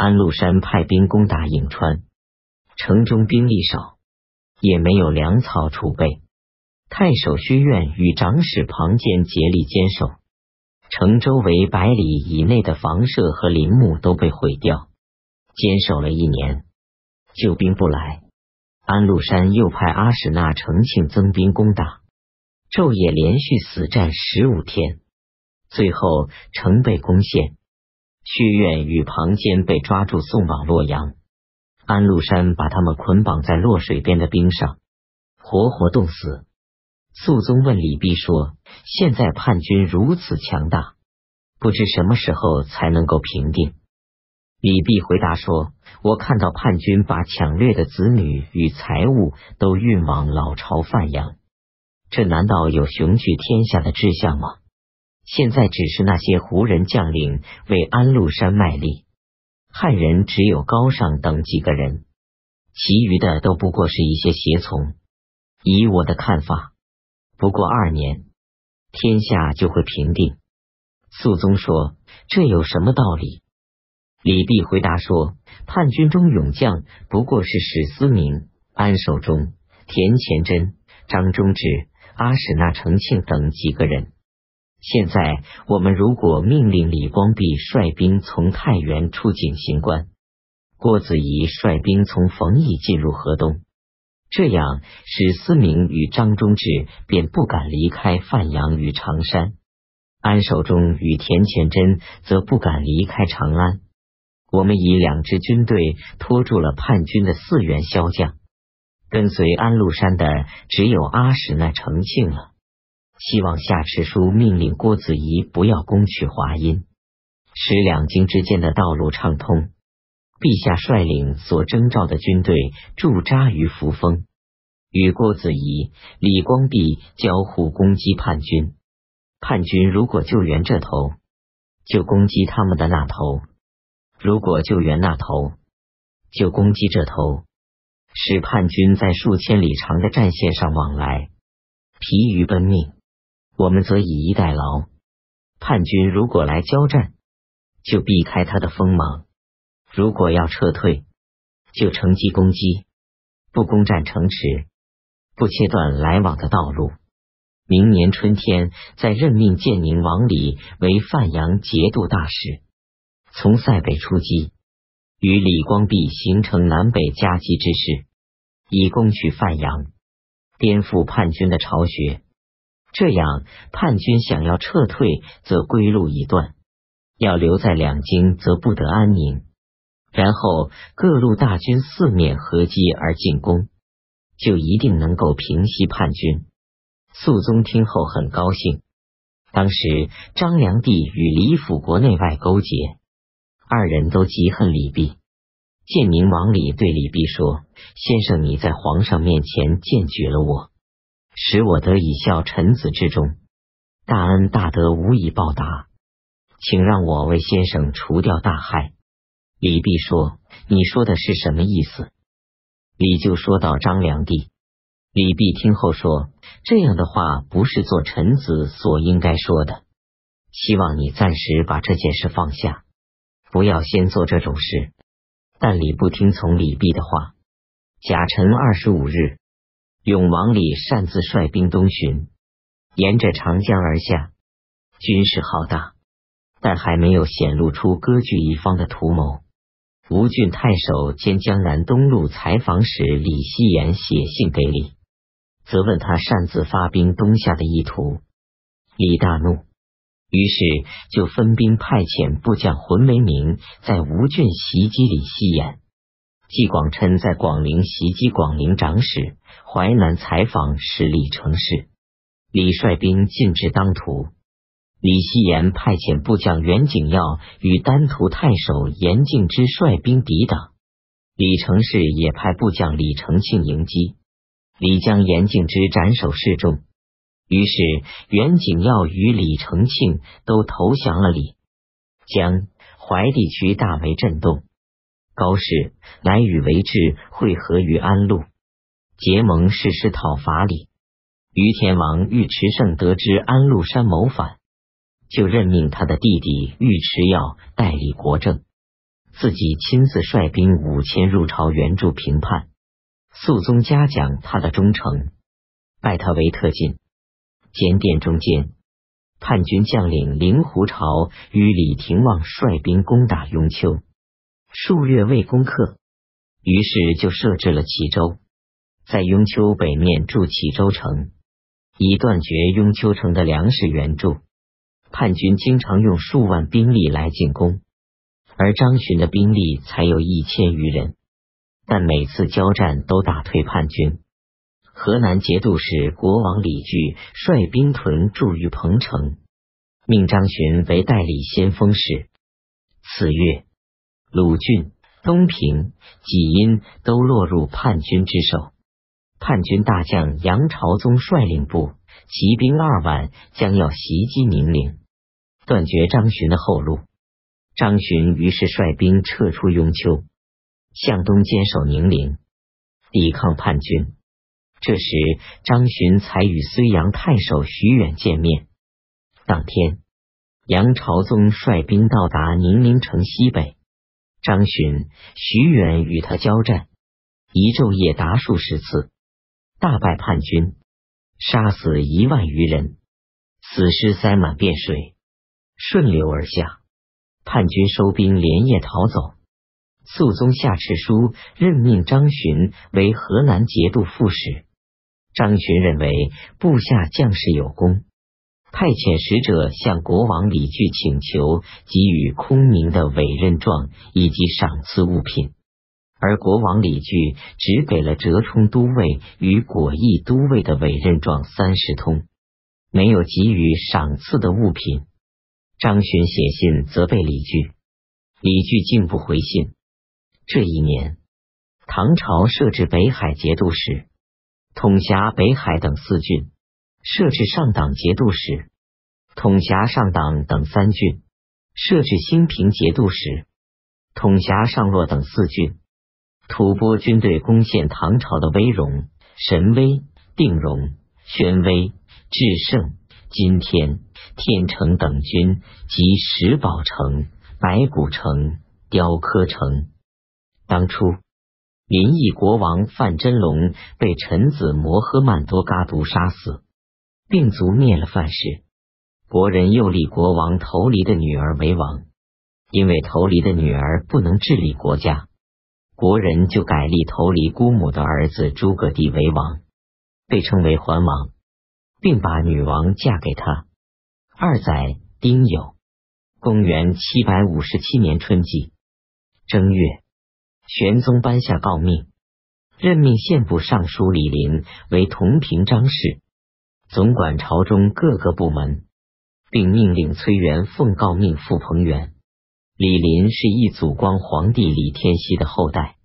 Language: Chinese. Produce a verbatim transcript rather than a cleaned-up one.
安禄山派兵攻打颍川，城中兵力少，也没有粮草储备。太守薛苑与长史庞坚竭力坚守，城周围百里以内的房舍和林木都被毁掉。坚守了一年，救兵不来，安禄山又派阿史那承庆增兵攻打，昼夜连续死战十五天，最后城被攻陷。薛苑与庞坚被抓住送往洛阳，安禄山把他们捆绑在洛水边的冰上，活活冻死。肃宗问李泌说：“现在叛军如此强大，不知什么时候才能够平定？”李泌回答说：“我看到叛军把抢掠的子女与财物都运往老巢范阳，这难道有雄踞天下的志向吗？现在只是那些胡人将领为安禄山卖力，汉人只有高尚等几个人，其余的都不过是一些胁从。以我的看法，不过二年，天下就会平定。”肃宗说：“这有什么道理？”李泌回答说：“叛军中勇将不过是史思明、安守忠、田虔真、张忠直、阿史那承庆等几个人。现在我们如果命令李光弼率兵从太原出井行关，郭子仪率兵从冯邑进入河东，这样史思明与张忠直便不敢离开范阳与常山，安守忠与田虔真则不敢离开长安。我们以两支军队拖住了叛军的四员骁将，跟随安禄山的只有阿史那承庆了。希望下敕书命令郭子仪不要攻取华阴，使两京之间的道路畅通。陛下率领所征召的军队驻扎于扶风，与郭子仪、李光弼交互攻击叛军。叛军如果救援这头，就攻击他们的那头；如果救援那头，就攻击这头，使叛军在数千里长的战线上往来，疲于奔命。我们则以逸待劳，叛军如果来交战，就避开他的锋芒；如果要撤退，就乘机攻击，不攻占城池，不切断来往的道路。明年春天再任命建宁王李为范阳节度大使，从塞北出击，与李光弼形成南北夹击之势，以攻取范阳，颠覆叛军的巢穴。这样叛军想要撤退，则归路已断；要留在两京，则不得安宁。然后各路大军四面合击而进攻，就一定能够平息叛军。肃宗听后很高兴。当时张良帝与李府国内外勾结，二人都嫉恨李泌。建宁王李对李泌说：“先生，你在皇上面前荐举了我，使我得以效臣子之忠，大恩大德无以报答，请让我为先生除掉大害。”李泌说：“你说的是什么意思？”李就说到张良帝。李泌听后说：“这样的话不是做臣子所应该说的，希望你暂时把这件事放下，不要先做这种事。”但李不听从李泌的话。甲辰二十五日，永王李擅自率兵东巡，沿着长江而下，军势浩大，但还没有显露出割据一方的图谋。吴郡太守兼江南东路采访使李希言写信给李，责问他擅自发兵东下的意图。李大怒，于是就分兵派遣部将浑为明在吴郡袭击李希言。纪广琛在广陵袭击广陵长史、淮南采访使李成事。李率兵进至当涂，李希言派遣部将袁景耀与丹徒太守严敬之率兵抵挡，李成事也派部将李承庆迎击，李将严敬之斩首示众。于是袁景耀与李承庆都投降了李。江淮地区大为震动，高氏、乃与为质会合于安陆，结盟誓师讨伐李。于田王尉迟胜得知安禄山谋反，就任命他的弟弟尉迟耀代理国政。 自己亲自率兵五千入朝援助平叛。肃宗嘉奖他的忠诚，拜他为特进。兼殿中间，叛军将领令狐潮与李廷旺率兵攻打雍丘，数月未攻克，于是就设置了齐州，在雍丘北面筑齐州城，以断绝雍丘城的粮食援助。叛军经常用数万兵力来进攻，而张巡的兵力才有一千余人，但每次交战都打退叛军。河南节度使国王李据率兵屯驻于彭城，命张巡为代理先锋使。次月，鲁郡、东平、济阴都落入叛军之手。叛军大将杨朝宗率领部骑兵二万，将要袭击宁陵，断绝张巡的后路。张巡于是率兵撤出雍丘，向东坚守宁陵，抵抗叛军。这时张巡才与睢阳太守徐远见面。当天，杨朝宗率兵到达宁陵城西北，张巡、徐远与他交战，一昼夜达数十次，大败叛军，杀死一万余人，死尸塞满汴水，顺流而下。叛军收兵连夜逃走。肃宗下敕书，任命张巡为河南节度副使。张巡认为部下将士有功，派遣使者向国王李据请求给予空明的委任状以及赏赐物品，而国王李据只给了折冲都尉与果毅都尉的委任状三十通，没有给予赏赐的物品。张巡写信责备李据，李据竟不回信。这一年，唐朝设置北海节度使，统辖北海等四郡；设置上党节度使，统辖上党等三郡；设置兴平节度使，统辖上洛等四郡。吐蕃军队攻陷唐朝的威荣、神威、定荣、宣威、至胜、金天、天成等军及石宝城、白骨城、雕刻城。当初临邑国王范真龙被臣子摩诃曼多嘎毒杀死，并族灭了范氏。国人又立国王头离的女儿为王，因为头离的女儿不能治理国家，国人就改立头离姑母的儿子诸葛棣为王，被称为桓王，并把女王嫁给他。二载丁酉，公元七百五十七年春季正月，玄宗颁下诰命，任命宪部尚书李林为同平章事，总管朝中各个部门，并命令崔元奉诰命赴彭原。李林是一祖光皇帝李天锡的后代。